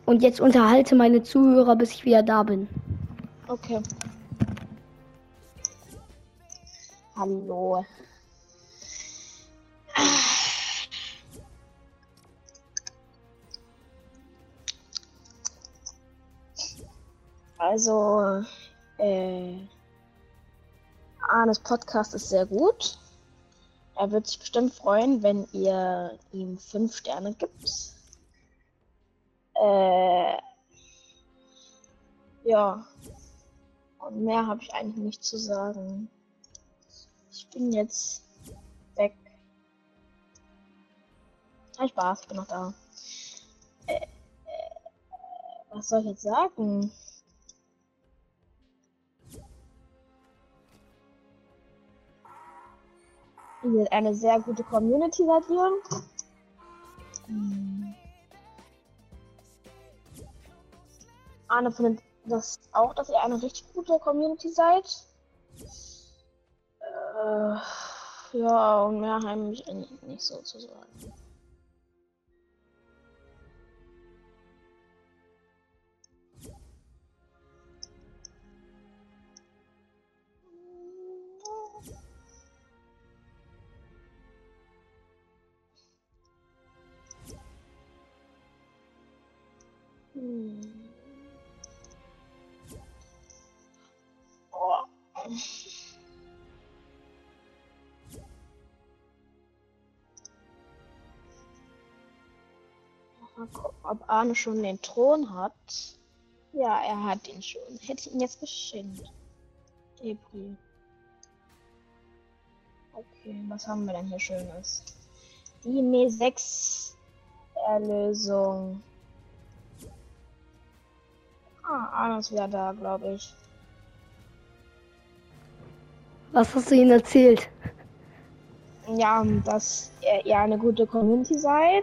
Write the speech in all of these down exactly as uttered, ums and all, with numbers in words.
Und jetzt unterhalte meine Zuhörer, bis ich wieder da bin. Okay. Hallo. Also, äh, Arnes Podcast ist sehr gut. Er wird sich bestimmt freuen, wenn ihr ihm fünf Sterne gibt. Äh, ja. Und mehr habe ich eigentlich nicht zu sagen. Ich bin jetzt weg. Ah, Spaß, ich bin noch da. Äh, äh, was soll ich jetzt sagen? Ihr seid eine sehr gute Community, seid ihr. Hm. Arne findet das auch, dass ihr eine richtig gute Community seid. Äh, ja, und mehr habe ich eigentlich nicht so zu sagen. Hm. Oh. Mal gucken, ob Arne schon den Thron hat. Ja, er hat ihn schon. Hätte ich ihn jetzt geschenkt. Debris. Okay, was haben wir denn hier Schönes? Die M E sechs Erlösung. Ah, Arne ist wieder da, glaube ich. Was hast du ihnen erzählt? Ja, dass ihr, ihr eine gute Community seid.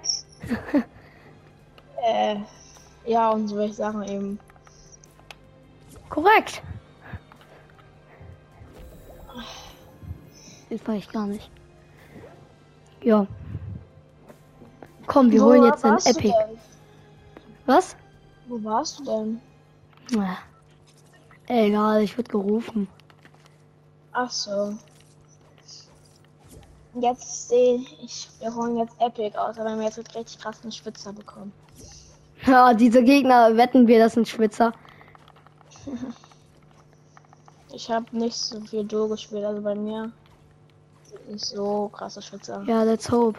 äh, ja, und solche Sachen eben. Korrekt. Das war ich gar nicht. Ja. Komm, wir Wo holen jetzt einen warst du Epic. denn? Was? Wo warst du denn? Na, egal, ich wurde gerufen. Ach so. Jetzt sehe ich, wir holen jetzt Epic aus, aber wir jetzt richtig krass einen Schwitzer bekommen. Ja, diese Gegner, wetten wir, das sind Schwitzer. Ich habe nicht so viel Duo gespielt, also bei mir sind nicht so krasse Schwitzer. Ja, let's hope.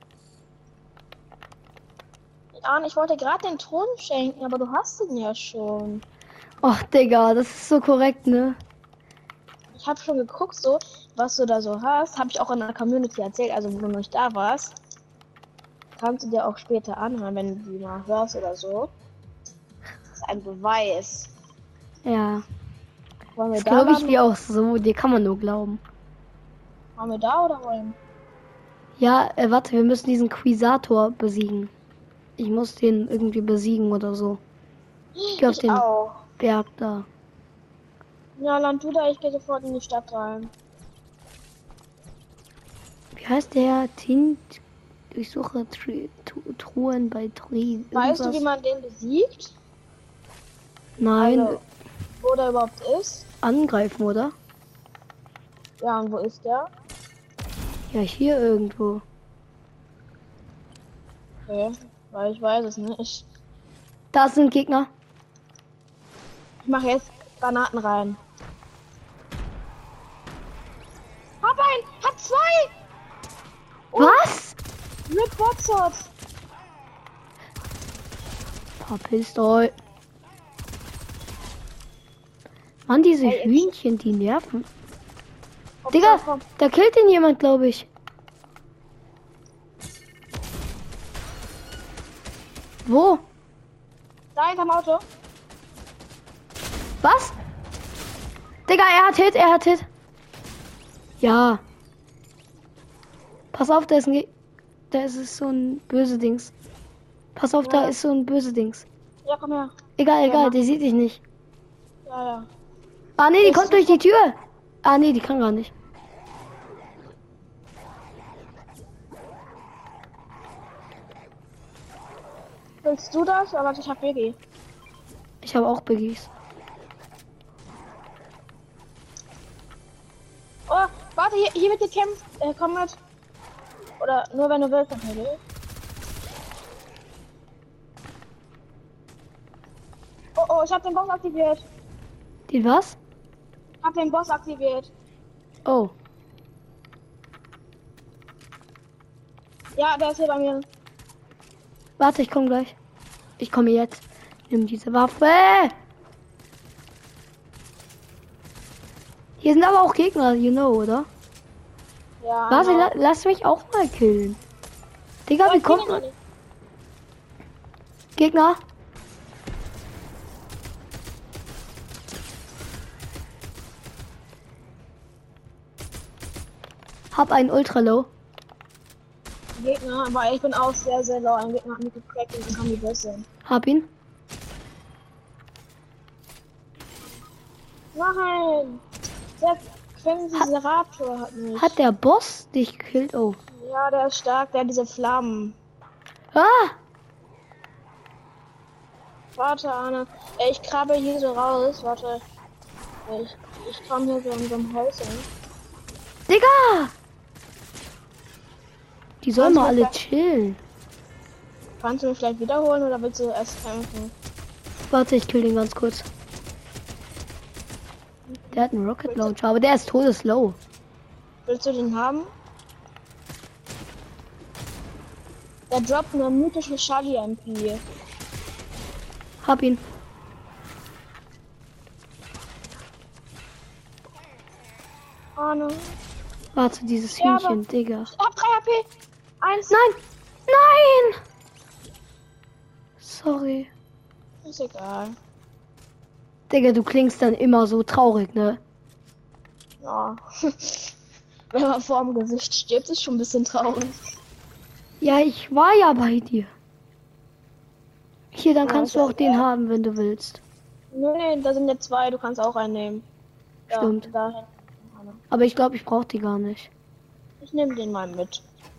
Arne, ich wollte gerade den Thron schenken, aber du hast ihn ja schon. Och, Digga, das ist so korrekt, ne? Ich habe schon geguckt, so, was du da so hast. Habe ich auch in der Community erzählt, also wo du noch nicht da warst. Kannst du dir auch später anhören, wenn du die mal hörst oder so. Das ist ein Beweis. Ja. Wollen wir Das da glaube ich bleiben? dir auch so, dir kann man nur glauben. Wollen wir da oder wollen? Ja, äh, warte, wir müssen diesen Quisator besiegen. Ich muss den irgendwie besiegen oder so. Ich gehe auf Ich den auch. Berg da. Ja, land du da, ich gehe sofort in die Stadt rein. Wie heißt der? Tint. Durchsuche Tr- Tru- Truhen bei Tri. Weißt du, irgendwas. wie man den besiegt? Nein, Also, wo der überhaupt ist? angreifen, oder? Ja, und wo ist der? Ja, hier irgendwo. Okay, weil ich weiß es nicht. Da sind Gegner. Ich mache jetzt Granaten rein. Hab ein! Hab zwei! Was? Rip Boxot! Verpisst euch. Mann, diese Ey, Hühnchen, die nerven. Komm, Digga, komm, komm. da killt ihn jemand, glaube ich. Wo? Da hinterm Auto. Was? Digga, er hat Hit, er hat Hit. Ja. Pass auf, da ist ein Ge da ist es so ein böse Dings. Pass auf, Ja. da ist so ein böse Dings. Ja, komm her. Egal, egal, mach. der sieht dich nicht. Ja, ja. Ah nee, die Ist kommt durch die Tür. Ah nee, die kann gar nicht. Willst du das? Aber ich hab B G. Ich habe auch Biggies. Oh, warte, hier, hier wird gekämpft. Äh, komm mit. Oder nur wenn du willst, natürlich. Oh, oh, ich hab den Boss aktiviert. Die was? Ich hab den Boss aktiviert. Oh. Ja, der ist hier bei mir. Warte, ich komme gleich. Ich komme jetzt. Nimm diese Waffe. Hier sind aber auch Gegner, you know, oder? Ja. Warte, genau. la lass mich auch mal killen. Digga, Oh, wie ich bin kommt ja man? noch nicht. Gegner? Hab einen Ultra Low. Gegner, aber ich bin auch sehr, sehr low. Ein Gegner hat mich gecrackt und dann kann die besser. Hab ihn. Nein! Der Quenserator hat mich. Hat der Boss dich gekillt? Oh. Ja, der ist stark, der hat diese Flammen. Ah! Warte, Arne. Ey, ich krabbel hier so raus. Warte. Ich, ich komme hier so in so einem Häuschen. Digga! Die sollen Kannst mal du alle vielleicht- chillen. Kannst du mich vielleicht wiederholen oder willst du erst kämpfen? Warte, ich kill den ganz kurz. Der hat einen Rocket Launcher, aber der ist todeslow. Willst du den haben? Der droppt eine mythische Shaggy M P. Hab ihn. Arne. Warte, dieses Ja, aber- Hühnchen, Digga. Ich hab drei H P. Eins. Nein! Nein! Sorry. Ist egal. Digga, du klingst dann immer so traurig, ne? Ja. Wenn man vor dem Gesicht stirbt, ist schon ein bisschen traurig. Ja, ich war ja bei dir. Hier, dann Ja, kannst ist du auch ja den egal. haben, wenn du willst. Nee, da sind jetzt zwei, du kannst auch einen nehmen. Ja, Stimmt. Da hinten. Aber ich glaube, ich brauche die gar nicht. Ich nehme den mal mit.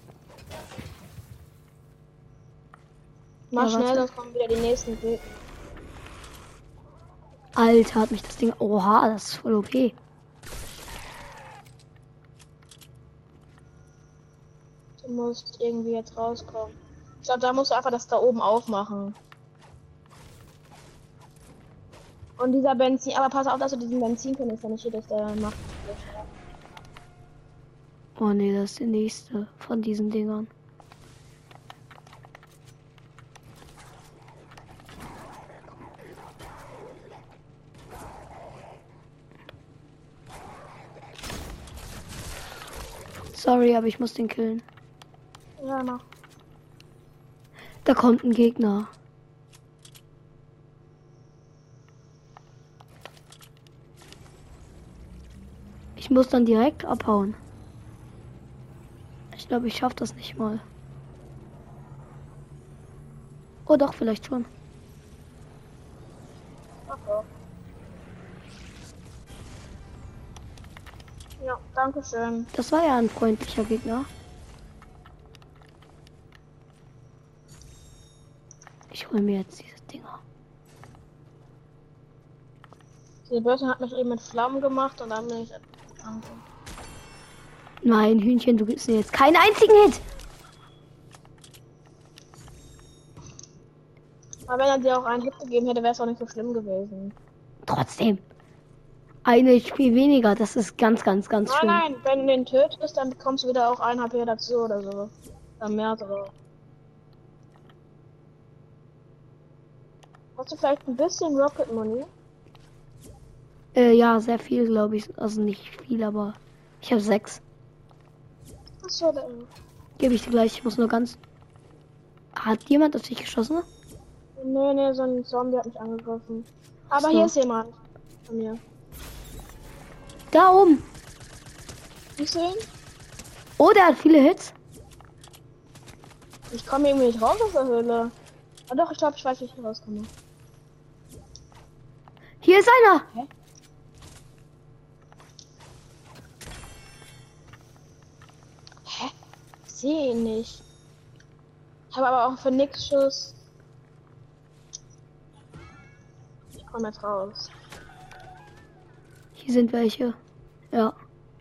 Mach Ja, schnell, warte. sonst kommen wieder die nächsten Gegner. Alter, hat mich das Ding... Oha, das ist voll O P. Du musst irgendwie jetzt rauskommen. Ich glaube, da musst du einfach das da oben aufmachen. Und dieser Benzin, aber pass auf, dass du diesen Benzinkanister nicht hier durch der macht. Oh nee, das ist der nächste von diesen Dingern. Sorry, aber ich muss den killen. Ja, mach. Da kommt ein Gegner. Ich muss dann direkt abhauen. Ich glaube, ich schaffe das nicht mal. Oh doch, vielleicht schon. Ach so. Ja, danke schön. Das war ja ein freundlicher Gegner. Ich hole mir jetzt diese Dinger. Die Börse hat mich eben mit Flammen gemacht und dann bin ich. Danke. Nein, Hühnchen, du gibst mir jetzt keinen einzigen Hit. Aber wenn er dir auch einen Hit gegeben hätte, wäre es auch nicht so schlimm gewesen. Trotzdem. Eine Spiel weniger, das ist ganz, ganz, ganz Nein, schlimm. nein, wenn du den tötest, dann bekommst du wieder auch ein H P dazu oder so. Dann mehr oder. Hast du vielleicht ein bisschen Rocket Money? Äh, ja, sehr viel, glaube ich. Also nicht viel, aber ich habe sechs. Achso, dann. Gebe ich dir gleich. Ich muss nur ganz. Hat jemand auf dich geschossen? Nee, nee, so ein Zombie hat mich angegriffen. Aber so. hier ist jemand. Von mir. Da oben. Siehst du ihn? Oh, der hat viele Hits. Ich komme irgendwie nicht raus aus der Höhle. Ah doch, ich glaube, ich weiß, wie ich hier rauskomme. Hier ist einer. Hä? Hä? Ich sehe ihn nicht. Ich habe aber auch für nix Schuss. komm jetzt raus. Hier sind welche. Ja.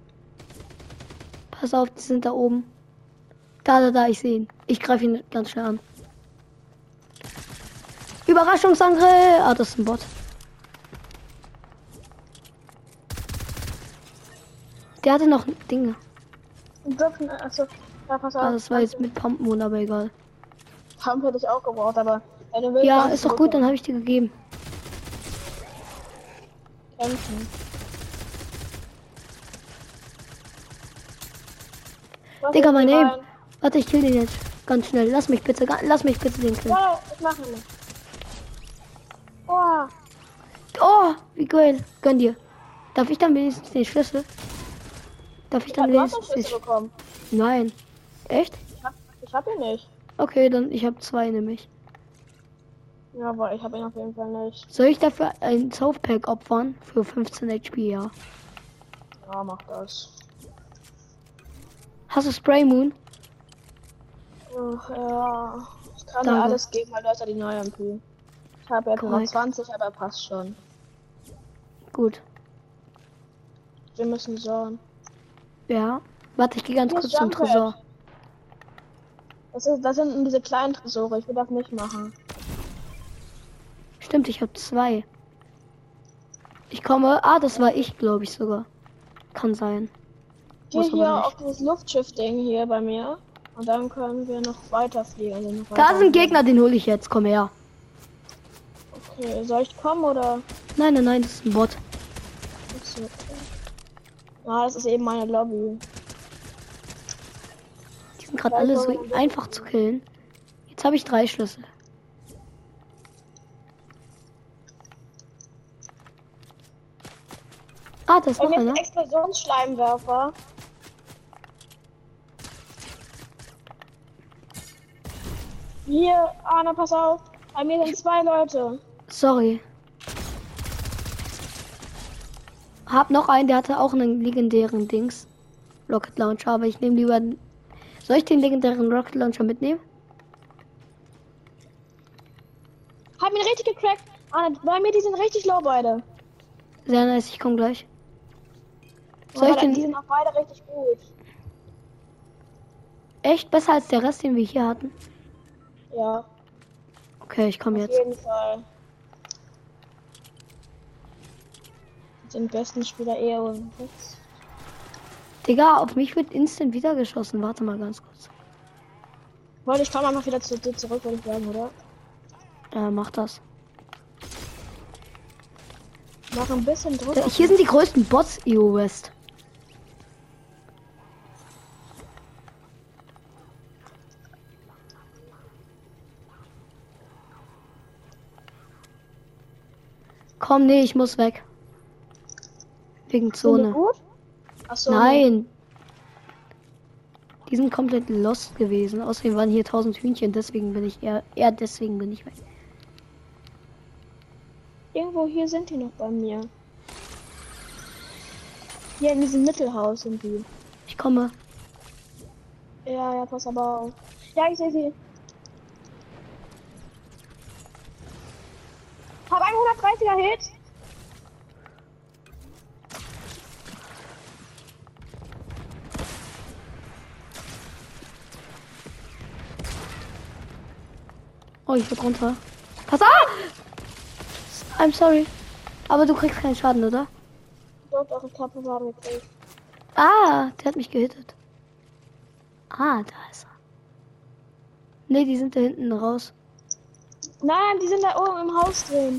Pass auf, die sind da oben. Da, da, da, ich sehe ihn. Ich greife ihn ganz schnell an. Überraschungsangriff! Ah, das ist ein Bot. Der hatte noch Dinge. Achso, ja, pass auf. Ah, das war jetzt mit Pumpen, aber egal. Pump hätte ich auch gebraucht, aber wenn du willst, Ja, kannst ist du doch gut, dann bekommen. habe ich dir gegeben. Kämpfen. Was Digga, ist mein hier Aim. rein? Warte, ich kill den jetzt. Ganz schnell. Lass mich bitte, ga- lass mich bitte den killen. Ja, ich mache nicht. Boah, Oh, wie geil. Gönn dir. Darf ich dann wenigstens den Schlüssel? Darf ich ich dann hab du hast wenigstens einen den Schlüssel Sch bekommen. Nein. Echt? Ich hab, ich hab ihn nicht. Okay, dann ich habe zwei nämlich. Ja, aber ich hab ihn auf jeden Fall nicht. Soll ich dafür ein Softpack opfern? Für fünfzehn H P, ja. Ja, mach das. Hast du Spray Moon? Ach, ja, ich kann Danke. dir alles geben, weil du hast ja die neue M P. Ich habe jetzt nur noch Korrekt. zwanzig, aber passt schon. Gut. Wir müssen schauen. Ja. Warte, ich gehe ganz Hier kurz ist zum Jumphead. Tresor. Das, ist, das sind diese kleinen Tresore, ich will das nicht machen. Stimmt, ich habe zwei. Ich komme. Ah, das war ich, glaube ich sogar. Kann sein. Geh Muss aber hier nicht. auf dieses Luftschiff-Ding hier bei mir. Und dann können wir noch weiterfliegen. Also noch Da weiter ist ein Gegner, den hole ich jetzt. Komm her. Okay, soll ich kommen oder? Nein, nein, nein, das ist ein Bot. Achso, okay. Ah, das ist eben meine Lobby. Die sind gerade alle so einfach zu killen. Jetzt habe ich drei Schlüssel. Ah, das ist Und noch jetzt einer. ein Explosionsschleimwerfer. Hier, Arne, pass auf. Bei mir sind zwei Leute. Sorry. Hab noch einen, der hatte auch einen legendären Dings. Rocket Launcher, aber ich nehme lieber. Soll ich den legendären Rocket Launcher mitnehmen? Hab ihn richtig gecrackt. Arne, bei mir, die sind richtig low beide. Sehr nice, ich komme gleich. Soll Aber ich den. die sind auch beide richtig gut. Echt besser als der Rest, den wir hier hatten? Ja, Okay, ich komme auf jetzt. jeden Fall. Den besten Spieler eher und Digga, auf mich wird instant wieder geschossen. Warte mal ganz kurz. Wollte ich komme einfach wieder zu dir zurück, würde ich sagen, oder? Äh, mach das. Mach ein bisschen Druck. Da, auf hier sind die größten Bots, E O West. Komm, nee, ich muss weg. Wegen Sind die Zone. gut? Achso, Nein. Die sind komplett lost gewesen. Außerdem waren hier tausend Hühnchen, deswegen bin ich eher, eher deswegen bin ich weg. irgendwo hier sind die noch bei mir. Hier in diesem Mittelhaus sind die. Ich komme. Ja, ja, pass aber auf. Ja, ich sehe sie. Hab einen hundertdreißiger Hit. Oh, ich wird runter. Pass auf! I'm sorry. Aber du kriegst keinen Schaden, oder? Dort auch ein Kappe war gekriegt. Ah, der hat mich gehittet. Ah, da ist er. Ne, die sind da hinten raus. Nein, die sind da oben im Haus drin.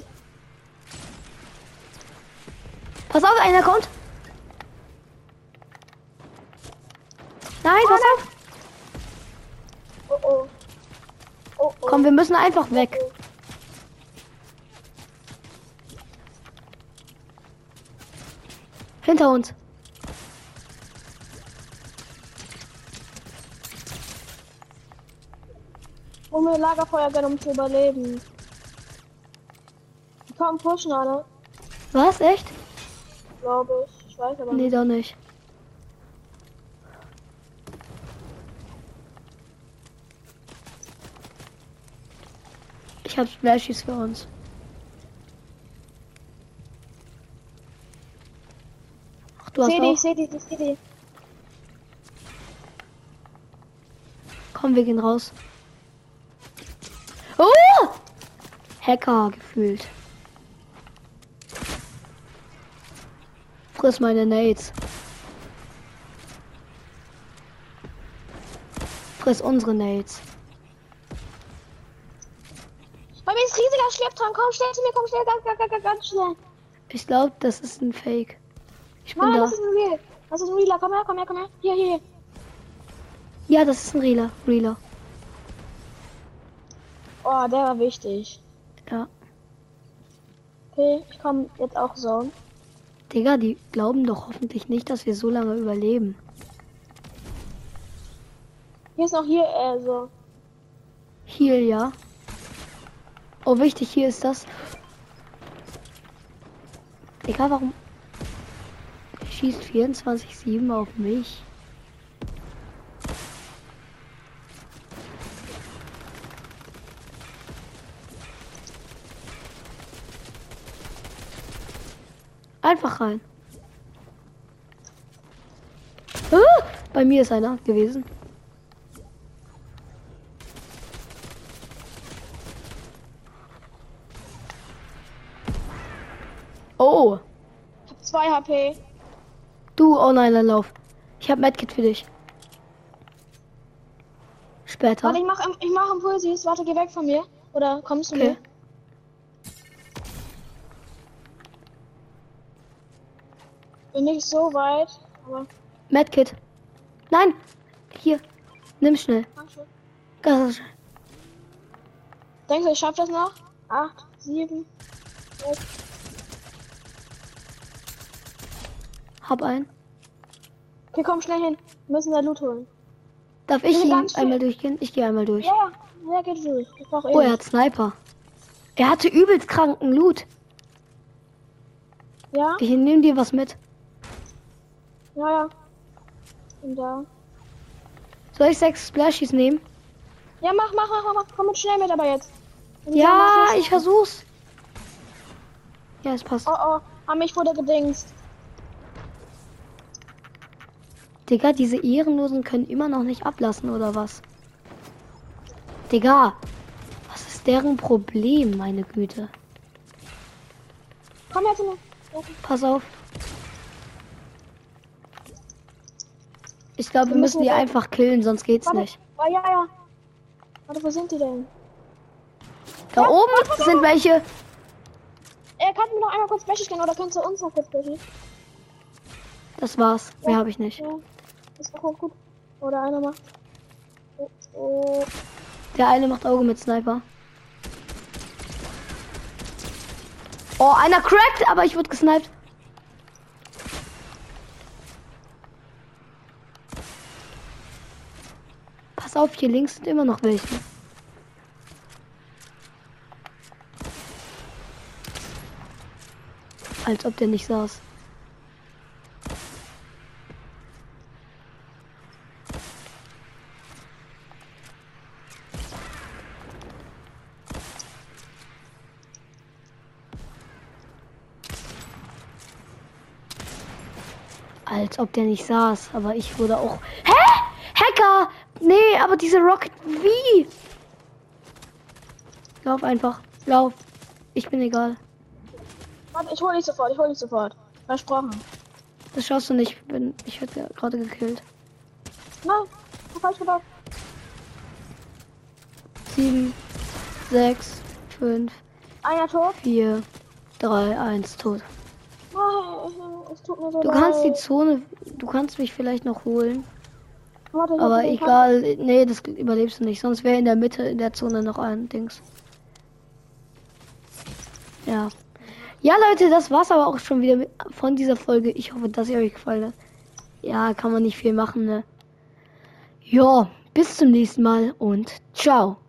Pass auf, einer kommt. Nein, pass auf. Oh oh. Oh oh. Komm, wir müssen einfach weg. Hinter uns. Hol mir Lagerfeuer gönnen, um zu überleben. Die kommen pushen alle, Was? Echt? glaube ich. Ich weiß aber Nee, nicht. doch nicht. Ich hab Splashies für uns. du hast Seh die, auch. ich seh die, ich seh die. Komm, wir gehen raus. Oh! Hacker gefühlt. Friss meine Nades. Friss unsere Nades. Bei mir ist riesiger Schlepptran. Komm schnell zu mir, komm schnell, ganz, ganz, ganz, ganz schnell. Ich glaube, das ist ein Fake. Ich bin Nein, da. das ist ein Real. Das ist ein Realer. Komm her, komm her, komm her. Hier, hier. Ja, das ist ein Reeler. Reeler. Oh, der war wichtig. Ja. Okay, ich komme jetzt auch so. Digga, die glauben doch hoffentlich nicht, dass wir so lange überleben. Hier ist noch hier, äh, so. Hier, ja. Oh, wichtig, hier ist das. Egal warum. Er schießt vierundzwanzig sieben auf mich. Einfach rein. Ah, bei mir ist einer gewesen. Oh, Ich hab zwei H P. du, oh nein, dann lauf. Ich habe Medkit für dich. Später. Warte, ich mach, im- ich mach Impulsis. Warte, geh weg von mir. Oder kommst du Okay. mir? Bin nicht so weit, aber. Medkit. Nein, hier. Nimm schnell. Dankeschön. Ganz schnell. Denkst du, ich schaff das noch? Acht, sieben, sechs. Hab einen. Okay, komm schnell hin. Wir müssen da Loot holen. Darf ich Nee, ihn ganz schnell. einmal durchgehen? Ich gehe einmal durch. Ja, ja, geht durch. Ich brauch eh Oh, er nicht. hat Sniper. Er hatte übelst kranken Loot. Ja, Ich nehme dir was mit. ja, ja. Bin da. Soll ich sechs Splashies nehmen? Ja, mach, mach, mach, mach, mach. Komm mit schnell mit aber jetzt. Und Ja, mach ich versuch's. Ja, es passt. Oh, oh. An mich wurde gedingst. Digga, diese Ehrenlosen können immer noch nicht ablassen, oder was? Digga, was ist deren Problem, meine Güte? Komm her zu mir. Ja, Pass auf. Ich glaube, wir Wir müssen müssen die jetzt- einfach killen, sonst geht's Warte. nicht. Oh, ja, ja. Warte, wo sind die denn? Da Ja, oben warte, warte. sind welche. Er kann mir noch einmal kurz Fläche scannen oder kannst du uns noch kurz Fläche? Das war's. Mehr habe ich nicht. Ja, ist doch auch gut. Oder einer macht. Oh, oh. Der eine macht Auge mit Sniper. Oh, einer crackt, aber ich wurde gesniped. Pass auf, hier links sind immer noch welche. Als ob der nicht saß. Als ob der nicht saß, aber ich wurde auch. Hä? Hacker! Nee, aber diese Rocket. Wie? Lauf einfach. Lauf. Ich bin egal. Warte, ich hol dich sofort, ich hol dich sofort. Versprochen. Das schaffst du nicht. Ich bin. Ich werde ja gerade gekillt. Nein, ich hab falsch gedacht. Sieben, sechs, fünf, Einer tot. vier, drei, eins, tot. Nein, es tut mir so Du leid. kannst die Zone. Du kannst mich vielleicht noch holen. Warte, ich Aber hab den egal. Nee, das überlebst du nicht. Sonst wäre in der Mitte in der Zone noch ein Dings. Ja. Ja, Leute, das war's aber auch schon wieder mit- von dieser Folge. Ich hoffe, dass ihr euch gefallen hat. Ja, kann man nicht viel machen, ne? Ja, bis zum nächsten Mal und ciao.